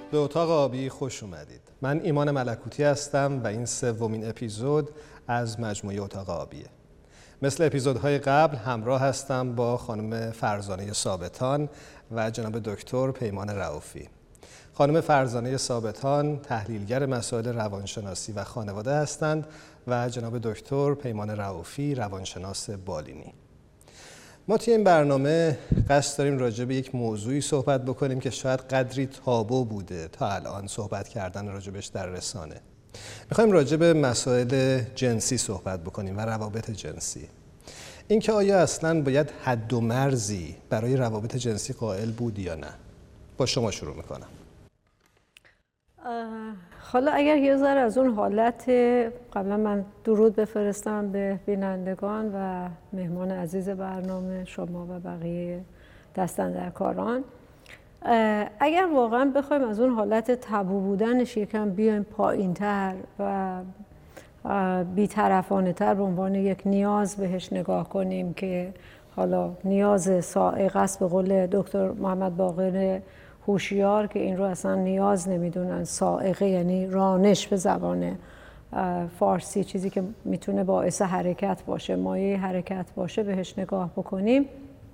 به اتاق آبی خوش اومدید. من ایمان ملکوتی هستم و این سومین اپیزود از مجموعه اتاق آبیه. مثل اپیزودهای قبل همراه هستم با خانم فرزانه ثابتان و جناب دکتر پیمان رؤوفی. خانم فرزانه ثابتان تحلیلگر مسائل روانشناسی و خانواده هستند و جناب دکتر پیمان رؤوفی روانشناس بالینی. ما توی این برنامه قصد داریم راجع به یک موضوعی صحبت بکنیم که شاید قدری تابو بوده تا الان صحبت کردن راجبش در رسانه. میخوایم راجع به مسائل جنسی صحبت بکنیم و روابط جنسی. اینکه آیا اصلاً باید حد و مرزی برای روابط جنسی قائل بود یا نه؟ با شما شروع میکنم. حالا اگر یه ذره از اون حالت قبلا من درود بفرستم به بینندگان و مهمان عزیز برنامه شما و بقیه دست‌اندرکاران، اگر واقعا بخوایم از اون حالت تابو بودنش یکم بیایم پایین‌تر و بی‌طرفانه‌تر به عنوان یک نیاز بهش نگاه کنیم که حالا نیاز سائغ است به قول دکتر محمد باقر هوشیار که این رو اصلا نیاز نمیدونن، سائغه یعنی رانش به زبان فارسی، چیزی که میتونه باعث حرکت باشه، مایه حرکت باشه، بهش نگاه بکنیم.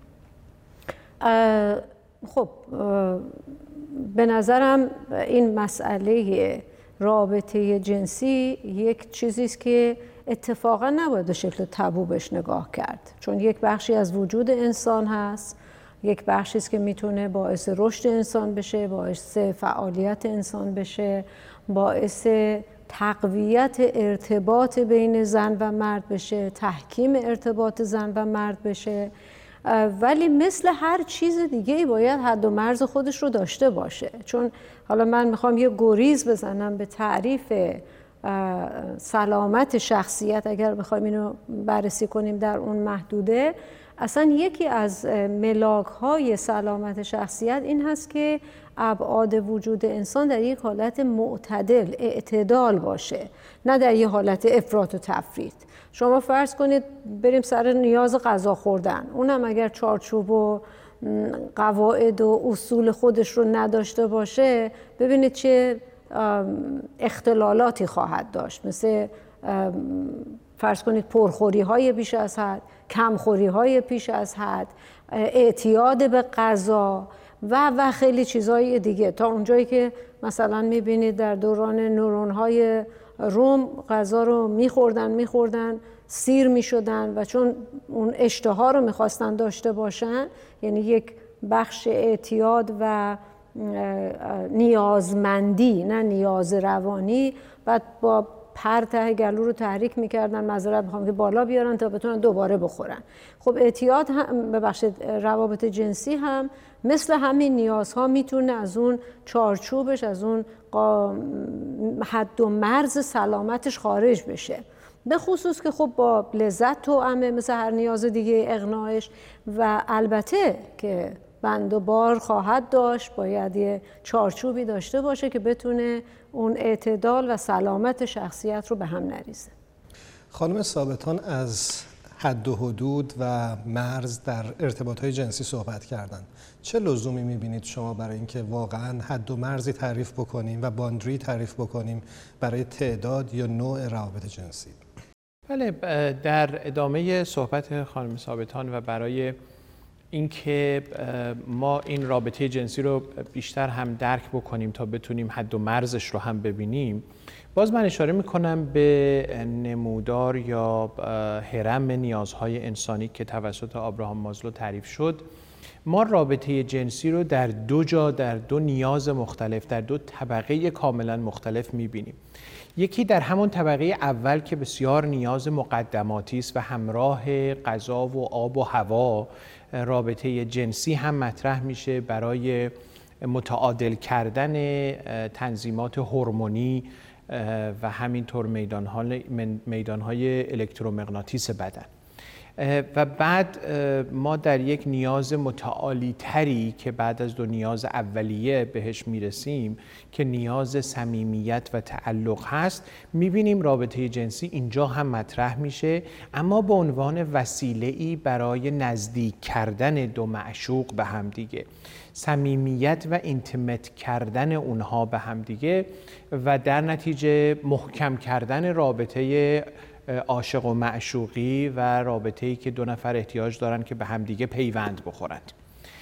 خب به نظرم این مسئله رابطه جنسی یک چیزی است که اتفاقا نباید به شکل تابو بهش نگاه کرد، چون یک بخشی از وجود انسان هست، یک بخشی است که میتونه باعث رشد انسان بشه، باعث فعالیت انسان بشه، باعث تقویت ارتباط بین زن و مرد بشه، تحکیم ارتباط زن و مرد بشه، ولی مثل هر چیز دیگه باید حد و مرز خودش رو داشته باشه. چون حالا من میخوام یه گریز بزنم به تعریف سلامت شخصیت، اگر بخوایم اینو بررسی کنیم در اون محدوده، اصلا یکی از ملاک‌های سلامت شخصیت این هست که ابعاد وجود انسان در یک حالت معتدل، اعتدال باشه، نه در یک حالت افراط و تفریط. شما فرض کنید بریم سر نیاز غذا خوردن، اونم اگر چارچوب و قواعد و اصول خودش رو نداشته باشه، ببینید چه اختلالاتی خواهد داشت، مثل فرض کنید پرخوری های بیش از حد، کمخوری های بیش از حد، اعتیاد به غذا و خیلی چیزهای دیگه، تا اونجایی که مثلا میبینید در دوران نورون های روم غذا رو میخوردن سیر میشدن و چون اون اشتها رو میخواستن داشته باشن، یعنی یک بخش اعتیاد و نیازمندی، نه نیاز روانی، بعد با پر ته گلو رو تحریک میکردن، معذرت میخوام که بالا بیارن تا بتونن دوباره بخورن. خب اعتیاد هم ببخش روابط جنسی هم مثل همین نیازها میتونه از اون چارچوبش، از اون حد و مرز سلامتش خارج بشه، به خصوص که خب با لذت توأمه مثل هر نیاز دیگه اقناعش، و البته که بند و بار خواهد داشت، باید یه چارچوبی داشته باشه که بتونه اون اعتدال و سلامت شخصیت رو به هم نریزه. خانم ثابتان از حد و حدود و مرز در ارتباطهای جنسی صحبت کردن. چه لزومی میبینید شما برای اینکه واقعا حد و مرزی تعریف بکنیم و باندری تعریف بکنیم برای تعداد یا نوع روابط جنسی؟ بله، در ادامه صحبت خانم ثابتان و برای اینکه ما این رابطه جنسی رو بیشتر هم درک بکنیم تا بتونیم حد و مرزش رو هم ببینیم، باز من اشاره میکنم به نمودار یا هرم نیازهای انسانی که توسط آبراهام مازلو تعریف شد. ما رابطه جنسی رو در دو جا، در دو نیاز مختلف، در دو طبقه کاملا مختلف میبینیم. یکی در همون طبقه اول که بسیار نیاز مقدماتی است و همراه غذا و آب و هوا، رابطه جنسی هم مطرح میشه برای متعادل کردن تنظیمات هورمونی و همینطور میدانهای الکترومغناطیس بدن. و بعد ما در یک نیاز متعالی تری که بعد از دو نیاز اولیه بهش میرسیم که نیاز صمیمیت و تعلق هست، میبینیم رابطه جنسی اینجا هم مطرح میشه، اما به عنوان وسیله‌ای برای نزدیک کردن دو معشوق به هم دیگه. صمیمیت و اینتیمت کردن اونها به همدیگه و در نتیجه محکم کردن رابطه عاشق و معشوقی و رابطه‌ای که دو نفر احتیاج دارن که به همدیگه پیوند بخورند.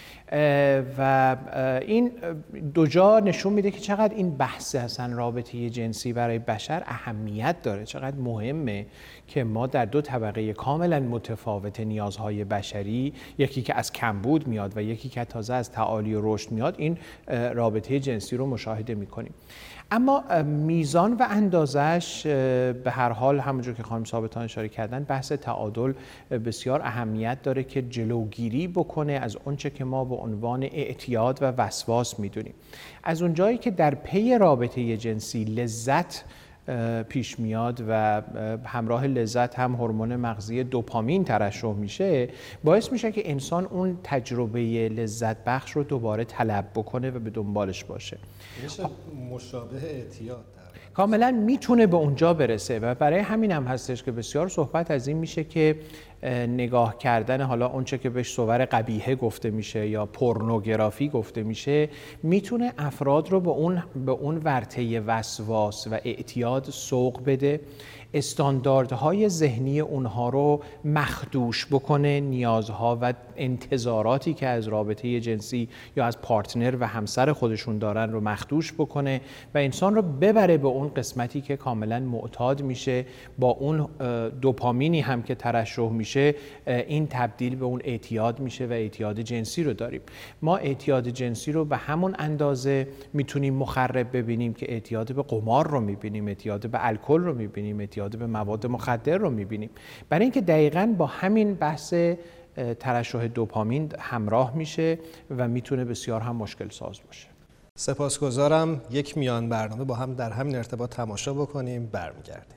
و این دو جا نشون میده که چقدر این بحث اصلا رابطه جنسی برای بشر اهمیت داره، چقدر مهمه که ما در دو طبقه کاملا متفاوت نیازهای بشری، یکی که از کمبود میاد و یکی که تازه از تعالی و رشد میاد، این رابطه جنسی رو مشاهده میکنیم. اما میزان و اندازش به هر حال همونجور که خانم ثابتان اشاره کردن، بحث تعادل بسیار اهمیت داره که جلوگیری بکنه از اونچه که ما به عنوان اعتیاد و وسواس میدونیم. از اونجایی که در پی رابطه جنسی لذت پیش میاد و همراه لذت هم هورمون مغزی دوپامین ترشح میشه، باعث میشه که انسان اون تجربه لذت بخش رو دوباره طلب بکنه و به دنبالش باشه. میشه مشابه اعتیاد کاملا میتونه به اونجا برسه و برای همین هم هستش که بسیار صحبت از این میشه که نگاه کردن، حالا اونچه که بهش صور قبیحه گفته میشه یا پورنوگرافی گفته میشه، میتونه افراد رو به اون ورطه وسواس و اعتیاد سوق بده، استانداردهای ذهنی اونها رو مخدوش بکنه، نیازها و انتظاراتی که از رابطه جنسی یا از پارتنر و همسر خودشون دارن رو مخدوش بکنه و انسان رو ببره به اون قسمتی که کاملا معتاد میشه، با اون دوپامینی هم که ترشح میشه این تبدیل به اون اعتیاد میشه و اعتیاد جنسی رو داریم. ما اعتیاد جنسی رو به همون اندازه میتونیم مخرب ببینیم که اعتیاد به قمار رو میبینیم، اعتیاد به الکل رو میبینیم، اعتیاد به مواد مخدر رو میبینیم، برای اینکه دقیقاً با همین بحث ترشح دوپامین همراه میشه و میتونه بسیار هم مشکل ساز باشه. سپاسگزارم. یک میان برنامه با هم در همین ارتباط تماشا بکنیم، برمیگردیم.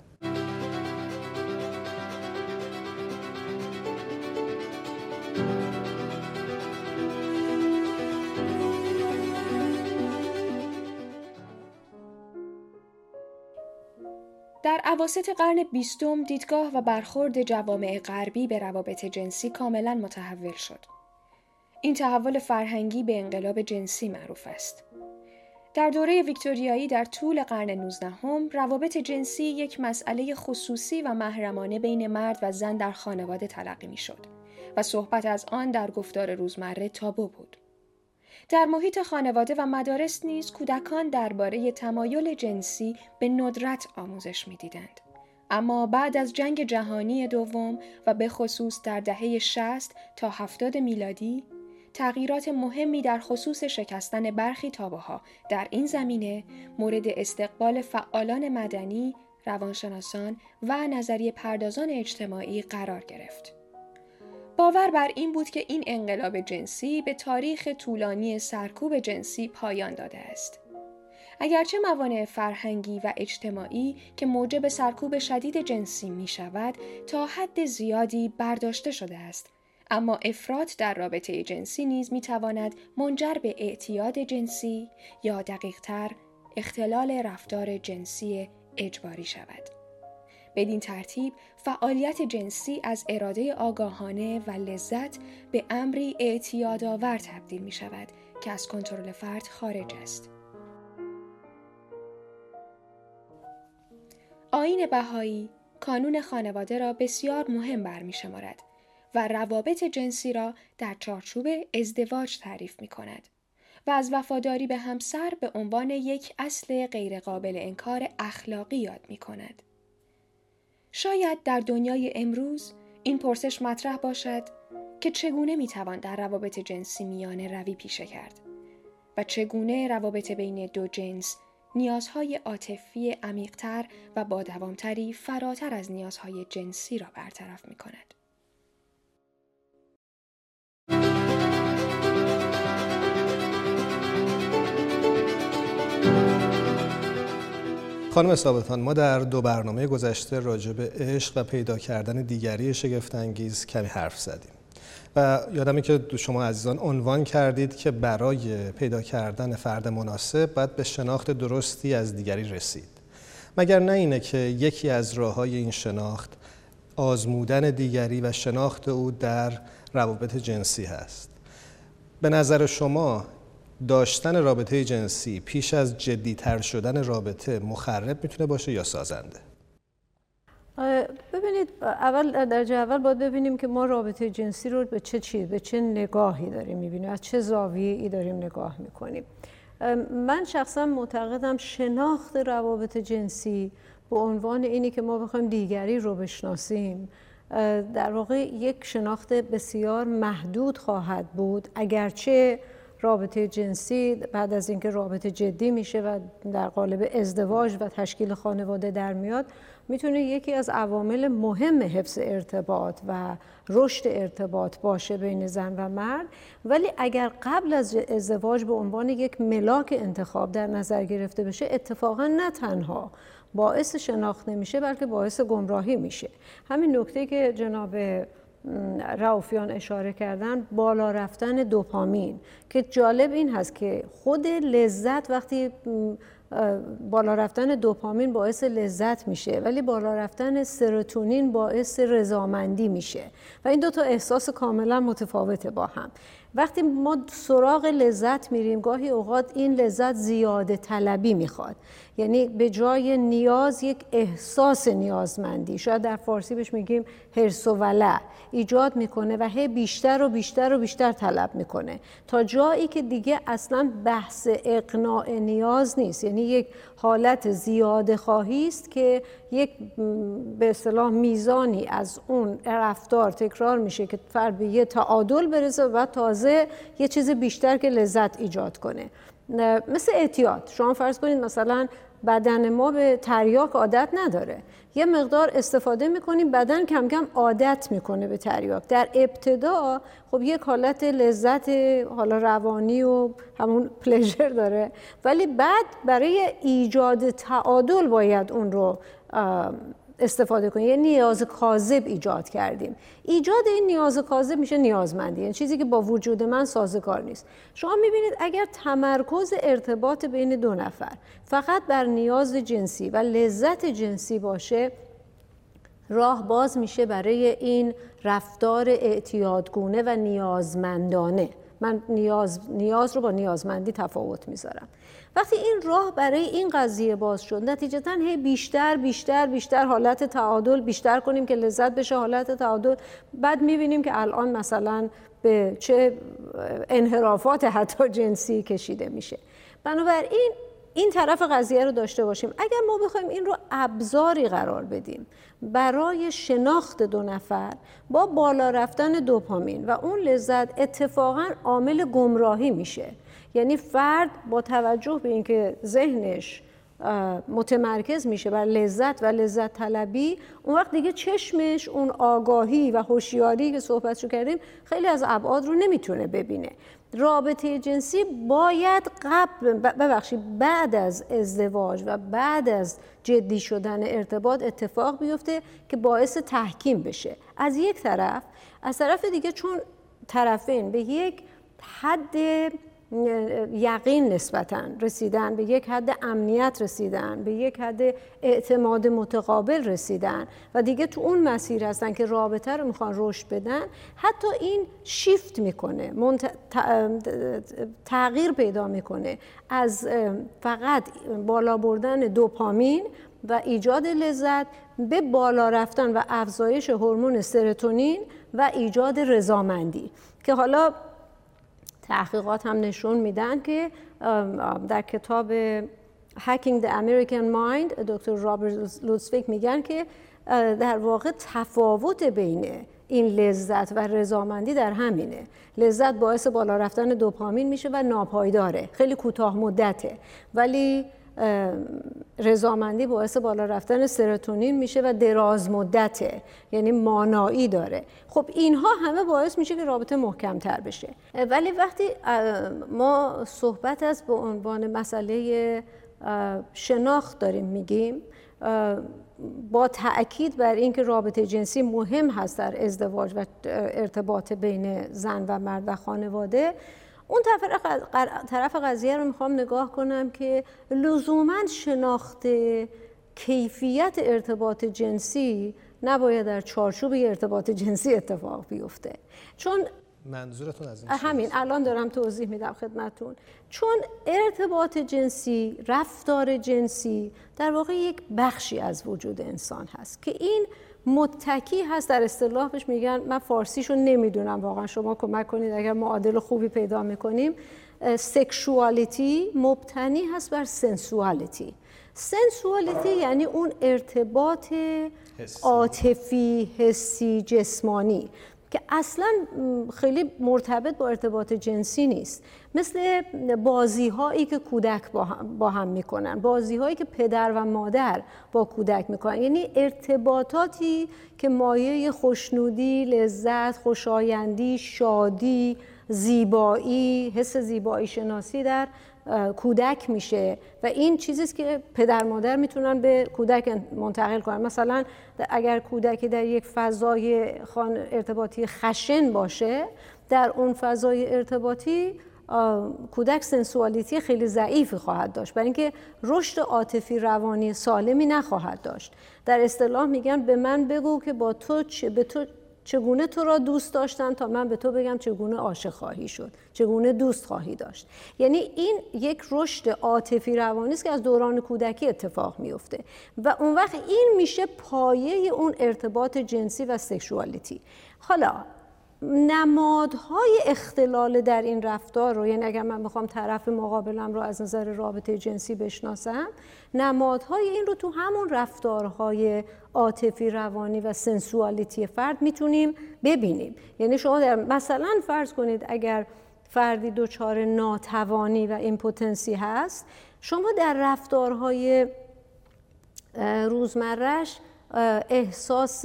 در اواسط قرن 20 دیدگاه و برخورد جوامع غربی به روابط جنسی کاملا متحول شد. این تحول فرهنگی به انقلاب جنسی معروف است. در دوره ویکتوریایی در طول قرن 19 روابط جنسی یک مسئله خصوصی و محرمانه بین مرد و زن در خانواده تلقی می‌شد و صحبت از آن در گفتار روزمره تابو بود. در محیط خانواده و مدارس نیز کودکان درباره تمایل جنسی به ندرت آموزش می‌دیدند. اما بعد از جنگ جهانی دوم و به خصوص در دهه 60 تا 70 میلادی، تغییرات مهمی در خصوص شکستن برخی تابوها در این زمینه مورد استقبال فعالان مدنی، روانشناسان و نظریه پردازان اجتماعی قرار گرفت. باور بر این بود که این انقلاب جنسی به تاریخ طولانی سرکوب جنسی پایان داده است. اگرچه موانع فرهنگی و اجتماعی که موجب سرکوب شدید جنسی می شود تا حد زیادی برداشته شده است، اما افراط در رابطه جنسی نیز می تواند منجر به اعتیاد جنسی یا دقیق‌تر اختلال رفتار جنسی اجباری شود. بدین ترتیب فعالیت جنسی از اراده آگاهانه و لذت به امری اعتیادآور تبدیل می شود که از کنترل فرد خارج است. آیین بهایی کانون خانواده را بسیار مهم برمی شمارد و روابط جنسی را در چارچوب ازدواج تعریف می کند و از وفاداری به همسر به عنوان یک اصل غیرقابل انکار اخلاقی یاد می کند. شاید در دنیای امروز این پرسش مطرح باشد که چگونه میتوان در روابط جنسی میانه روی پیشه کرد و چگونه روابط بین دو جنس نیازهای عاطفی عمیق‌تر و با دوامتری فراتر از نیازهای جنسی را برطرف میکند. خانم ثابتان، ما در 2 برنامه گذشته راجع به عشق و پیدا کردن دیگری شگفت‌انگیز کمی حرف زدیم و یادمه که شما عزیزان عنوان کردید که برای پیدا کردن فرد مناسب باید به شناخت درستی از دیگری رسید. مگر نه اینه که یکی از راه‌های این شناخت آزمودن دیگری و شناخت او در روابط جنسی هست؟ به نظر شما داشتن رابطه جنسی پیش از جدی‌تر شدن رابطه مخرب میتونه باشه یا سازنده؟ ببینید، درجه اول باید ببینیم که ما رابطه جنسی رو به چه نگاهی داریم میبینیم، از چه زاویه‌ای داریم نگاه میکنیم. من شخصا معتقدم شناخت روابط جنسی به عنوان اینی که ما بخوایم دیگری رو بشناسیم در واقع یک شناخت بسیار محدود خواهد بود، اگرچه رابطه جنسی بعد از اینکه رابطه جدی میشه و در قالب ازدواج و تشکیل خانواده در میاد میتونه یکی از عوامل مهم حفظ ارتباط و رشد ارتباط باشه بین زن و مرد. ولی اگر قبل از ازدواج به عنوان یک ملاک انتخاب در نظر گرفته بشه، اتفاقا نه تنها باعث شناخت نمیشه بلکه باعث گمراهی میشه. همین نکته که جناب رؤوفیان اشاره کردن، بالا رفتن دوپامین، که جالب این هست که خود لذت، وقتی بالا رفتن دوپامین باعث لذت میشه ولی بالا رفتن سروتونین باعث رضامندی میشه و این دو تا احساس کاملا متفاوته با هم. وقتی ما سراغ لذت میریم گاهی اوقات این لذت زیاده طلبی میخواد، یعنی به جای نیاز یک احساس نیازمندی، شاید در فارسی بهش میگیم حرص و ولع، ایجاد میکنه و هی بیشتر و بیشتر و بیشتر طلب میکنه تا جایی که دیگه اصلا بحث اقناع نیاز نیست، یعنی یک حالت زیاده خواهی است که یک به اصطلاح میزانی از اون رفتار تکرار میشه که فرد به یه تعادل برسه و تازه یه چیز بیشتر که لذت ایجاد کنه. مثل اعتیاد، شما فرض کنید مثلا بدن ما به تریاک عادت نداره، یه مقدار استفاده میکنیم بدن کم کم عادت میکنه به تریاک. در ابتدا خب یک حالت لذت حالا روانی و همون پلژر داره، ولی بعد برای ایجاد تعادل باید اون رو استفاده کنیم، یه نیاز کاذب ایجاد کردیم. ایجاد این نیاز کاذب میشه نیازمندی، یعنی چیزی که با وجود من سازگار نیست. شما میبینید اگر تمرکز ارتباط بین دو نفر فقط بر نیاز جنسی و لذت جنسی باشه، راه باز میشه برای این رفتار اعتیادگونه و نیازمندانه. من نیاز رو با نیازمندی تفاوت میذارم. وقتی این راه برای این قضیه باز شد، نتیجتاً هی بیشتر بیشتر بیشتر حالت تعادل بیشتر کنیم که لذت بشه حالت تعادل، بعد میبینیم که الان مثلا به چه انحرافات حتی جنسی کشیده میشه. بنابراین این طرف قضیه رو داشته باشیم. اگر ما بخوایم این رو ابزاری قرار بدیم برای شناخت دو نفر، با بالا رفتن دوپامین و اون لذت اتفاقاً عامل گمراهی میشه. یعنی فرد با توجه به اینکه ذهنش متمرکز میشه بر لذت و لذت طلبی، اون وقت دیگه چشمش اون آگاهی و هوشیاری که صحبتشو کردیم خیلی از ابعاد رو نمیتونه ببینه. رابطه جنسی باید بعد از ازدواج و بعد از جدی شدن ارتباط اتفاق بیفته که باعث تحکیم بشه. از یک طرف، از طرف دیگه چون طرفین به یک حد یقین نسبتاً رسیدن، به یک حد امنیت رسیدن، به یک حد اعتماد متقابل رسیدن و دیگه تو اون مسیر هستن که رابطه رو میخوان رشد بدن، حتی این شیفت میکنه، تغییر پیدا میکنه از فقط بالا بردن دوپامین و ایجاد لذت به بالا رفتن و افزایش هورمون سروتونین و ایجاد رضامندی، که حالا تحقیقات هم نشون میدن که در کتاب Hacking the American Mind دکتر رابرت لوتزویک میگن که در واقع تفاوت بین این لذت و رضامندی در همینه. لذت باعث بالا رفتن دوپامین میشه و ناپایداره، خیلی کوتاه مدته، ولی رضامندی باعث بالا رفتن سروتونین میشه و دراز مدته، یعنی مانایی داره. خب اینها همه باعث میشه که رابطه محکم‌تر بشه. ولی وقتی ما صحبت از به عنوان مسئله شناخت داریم میگیم، با تأکید بر اینکه رابطه جنسی مهم هست در ازدواج و ارتباط بین زن و مرد و خانواده، اون طرف قضیه رو میخوام نگاه کنم که لزوماً شناخت کیفیت ارتباط جنسی نباید در چارچوب ارتباط جنسی اتفاق بیفته. چون منظورتون از این همین الان دارم توضیح میدم خدمتون. چون ارتباط جنسی، رفتار جنسی در واقع یک بخشی از وجود انسان هست که این متکی هست، در اصطلاح بهش میگن، من فارسیشو نمیدونم واقعا، شما کمک کنید اگر معادل خوبی پیدا میکنیم. سکشوالیتی مبتنی هست بر سنسوالیتی. سنسوالیتی یعنی اون ارتباط عاطفی، حسی، جسمانی که اصلا خیلی مرتبط با ارتباط جنسی نیست. مثل بازی هایی که کودک با هم میکنن، بازی هایی که پدر و مادر با کودک میکنن، یعنی ارتباطاتی که مایه خوشنودی، لذت، خوشایندی، شادی، زیبایی، حس زیبایی شناسی در کودک میشه و این چیزیست که پدر مادر میتونن به کودک منتقل کنن. مثلا اگر کودکی در یک فضای ارتباطی خشن باشه، در اون فضای ارتباطی کودک سنسوالیتی خیلی ضعیفی خواهد داشت، برای اینکه رشد عاطفی روانی سالمی نخواهد داشت. در اصطلاح میگن به من بگو که با تو چگونه تو را دوست داشتن تا من به تو بگم چگونه عاشق خواهی شد، چگونه دوست خواهی داشت. یعنی این یک رشد عاطفی روانی است که از دوران کودکی اتفاق میفته و اون وقت این میشه پایه اون ارتباط جنسی و سکشوالیتی. حالا نمادهای اختلال در این رفتار رو، یعنی اگر من بخوام طرف مقابلم رو از نظر رابطه جنسی بشناسم، نمادهای این رو تو همون رفتارهای عاطفی روانی و سنسوالیتی فرد میتونیم ببینیم. یعنی شما مثلا فرض کنید اگر فردی دچار ناتوانی و ایمپوتنسی هست، شما در رفتارهای روزمره‌اش احساس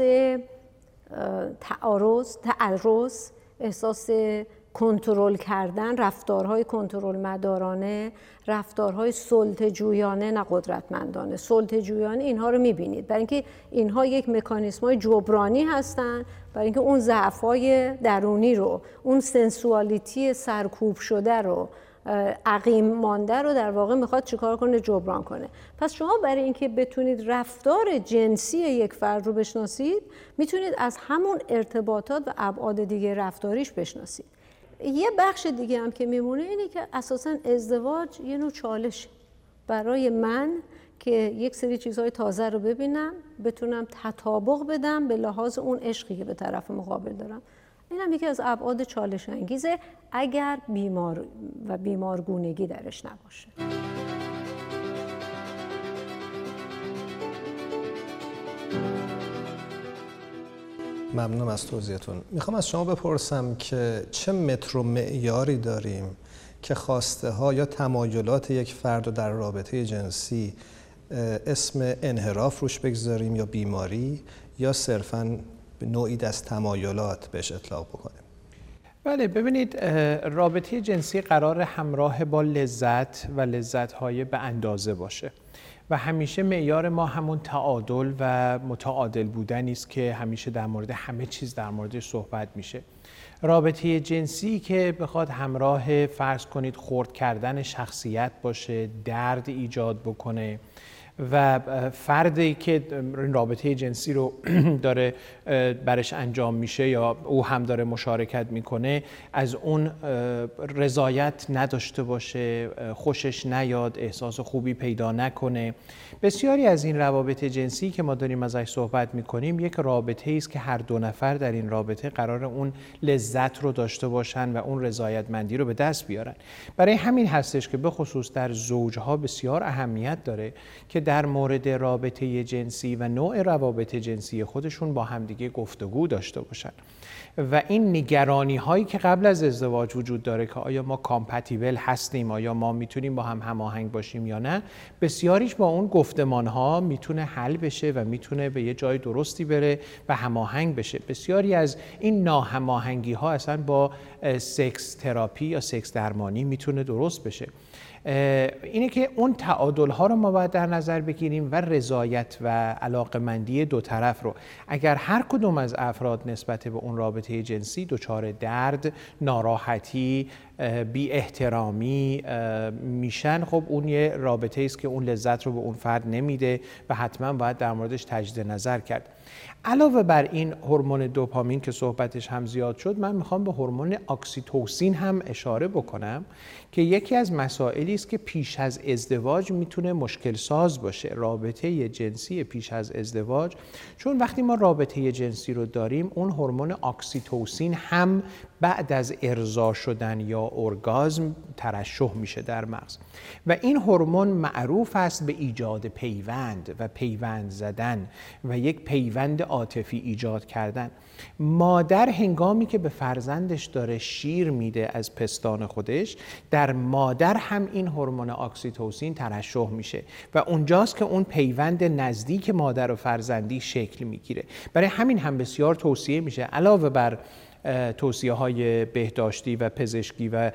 تعرض، احساس کنترل کردن، رفتارهای کنترل مدارانه، رفتارهای سلطه‌جویانه نه قدرتمندانه، سلطه‌جویانه، اینها رو می‌بینید، برای اینکه اینها یک مکانیزم‌های جبرانی هستن، برای اینکه اون ضعف‌های درونی رو، اون سنسوالیتی سرکوب شده رو، عقیم مانده رو در واقع میخواد چیکار کنه؟ جبران کنه. پس شما برای اینکه بتونید رفتار جنسی یک فرد رو بشناسید، میتونید از همون ارتباطات و ابعاد دیگه رفتاریش بشناسید. یه بخش دیگه هم که میمونه اینه که اساساً ازدواج یه نوع چالش برای من که یک سری چیزهای تازه رو ببینم، بتونم تطابق بدم به لحاظ اون عشقی که به طرف مقابل دارم. این هم یکی از ابعاد چالش انگیزه اگر بیمار و بیمارگونگی درش نباشه. ممنونم از توضیحتون. میخوام از شما بپرسم که چه متر و معیاری داریم که خواسته ها یا تمایلات یک فرد رو در رابطه جنسی اسم انحراف روش بگذاریم یا بیماری، یا صرفاً نوعی از تمایلات بهش اطلاق بکنیم؟ بله، ببینید رابطه جنسی قرار همراه با لذت و لذت‌های به اندازه باشه و همیشه معیار ما همون تعادل و متعادل بودنی است که همیشه در مورد همه چیز در موردش صحبت میشه. رابطه جنسی که بخواد همراه فرض کنید خرد کردن شخصیت باشه، درد ایجاد بکنه و فردی که رابطه جنسی رو داره برش انجام میشه یا او هم داره مشارکت میکنه از اون رضایت نداشته باشه، خوشش نیاد، احساس خوبی پیدا نکنه. بسیاری از این روابط جنسی که ما داریم ازش صحبت میکنیم یک رابطه است که هر دو نفر در این رابطه قرار اون لذت رو داشته باشن و اون رضایتمندی رو به دست بیارن. برای همین هستش که به خصوص در زوجها بسیار اهمیت داره که در مورد رابطه جنسی و نوع روابط جنسی خودشون با همدیگه گفتگو داشته باشن و این نگرانی هایی که قبل از ازدواج وجود داره که آیا ما کامپتیبل هستیم، آیا ما میتونیم با هم هماهنگ باشیم یا نه، بسیاریش با اون گفتمان ها میتونه حل بشه و میتونه به یه جای درستی بره و هماهنگ بشه. بسیاری از این ناهماهنگی ها اصلا با سکس تراپی یا سکس درمانی میتونه درست بشه. اینه که اون تعادل ها رو ما باید در نظر بگیریم و رضایت و علاقمندی دو طرف رو. اگر هر کدوم از افراد نسبت به اون رابطه جنسی دچار درد، ناراحتی، بی احترامی میشن، خب اون یه رابطه است که اون لذت رو به اون فرد نمیده و حتما باید در موردش تجدید نظر کرد. علاوه بر این هورمون دوپامین که صحبتش هم زیاد شد، من میخوام به هورمون اکسیتوسین هم اشاره بکنم که یکی از مسائلی است که پیش از ازدواج میتونه مشکل ساز باشه، رابطه جنسی پیش از ازدواج. چون وقتی ما رابطه جنسی رو داریم، اون هورمون اکسیتوسین هم بعد از ارضا شدن یا اورگازم ترشح میشه در مغز و این هورمون معروف است به ایجاد پیوند و پیوند زدن و یک پیوند عاطفی ایجاد کردن. مادر هنگامی که به فرزندش داره شیر میده از پستان خودش، در مادر هم این هورمون اکسیتوسین ترشح میشه و اونجاست که اون پیوند نزدیک مادر و فرزندی شکل میگیره. برای همین هم بسیار توصیه میشه علاوه بر توصیه‌های بهداشتی و پزشکی و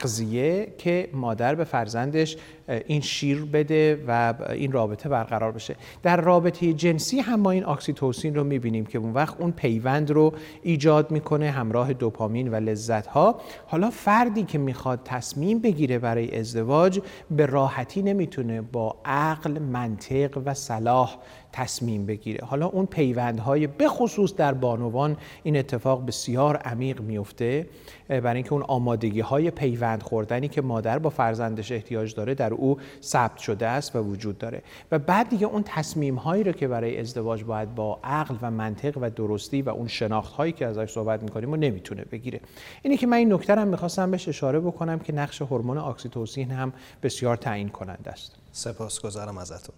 تغذیه که مادر به فرزندش این شیر بده و این رابطه برقرار بشه. در رابطه جنسی هم ما این اکسیتوسین رو می‌بینیم که اون وقت اون پیوند رو ایجاد میکنه همراه دوپامین و لذت‌ها. حالا فردی که میخواد تصمیم بگیره برای ازدواج به راحتی نمیتونه با عقل، منطق و صلاح تصمیم بگیره. حالا اون پیوندهای به خصوص در بانوان این اتفاق بسیار عمیق میفته، برای اینکه اون آمادگی‌های پیوند خوردنی که مادر با فرزندش احتیاج داره در او ثبت شده است و وجود داره و بعد دیگه اون تصمیم‌هایی رو که برای ازدواج باید با عقل و منطق و درستی و اون شناخت‌هایی که ازش صحبت می‌کنیم رو نمیتونه بگیره. اینه که من این نکته رو می‌خواستم بهش اشاره بکنم که نقش هورمون اکسیتوسین هم بسیار تعیین کننده است. سپاسگزارم ازتون.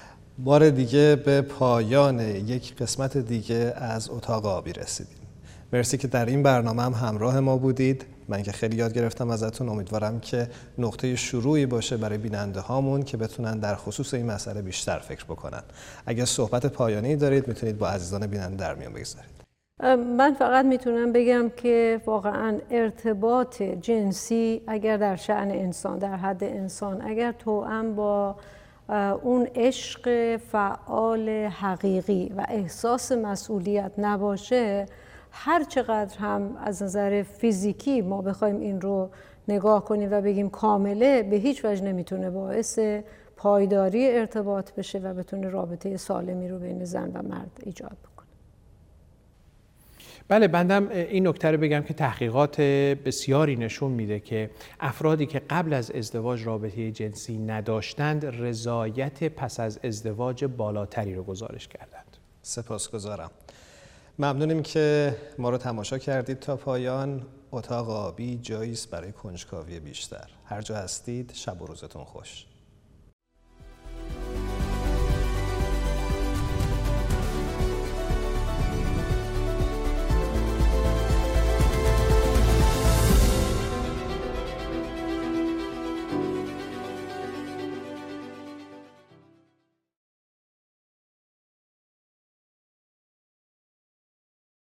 بار دیگه به پایان یک قسمت دیگه از اتاق آبی رسیدیم. مرسی که در این برنامه هم همراه ما بودید. من که خیلی یاد گرفتم ازتون. امیدوارم که نقطه شروعی باشه برای بیننده هامون که بتونن در خصوص این مسئله بیشتر فکر بکنن. اگر صحبت پایانی دارید میتونید با عزیزان بیننده در میون بگذارید. من فقط میتونم بگم که واقعا ارتباط جنسی اگر در شأن انسان، در حد انسان، اگر توأم با اون عشق فعال حقیقی و احساس مسئولیت نباشه، هر چقدر هم از نظر فیزیکی ما بخوایم این رو نگاه کنیم و بگیم کامله، به هیچ وجه نمیتونه باعث پایداری ارتباط بشه و بتونه رابطه سالمی رو بین زن و مرد ایجاد بکنه. بله، بندم این نکته رو بگم که تحقیقات بسیاری نشون میده که افرادی که قبل از ازدواج رابطه جنسی نداشتند رضایت پس از ازدواج بالاتری رو گزارش کردند. سپاسگزارم. ممنونیم که ما رو تماشا کردید تا پایان. اتاق آبی جایی است برای کنجکاوی بیشتر. هر جا هستید شب و روزتون خوش.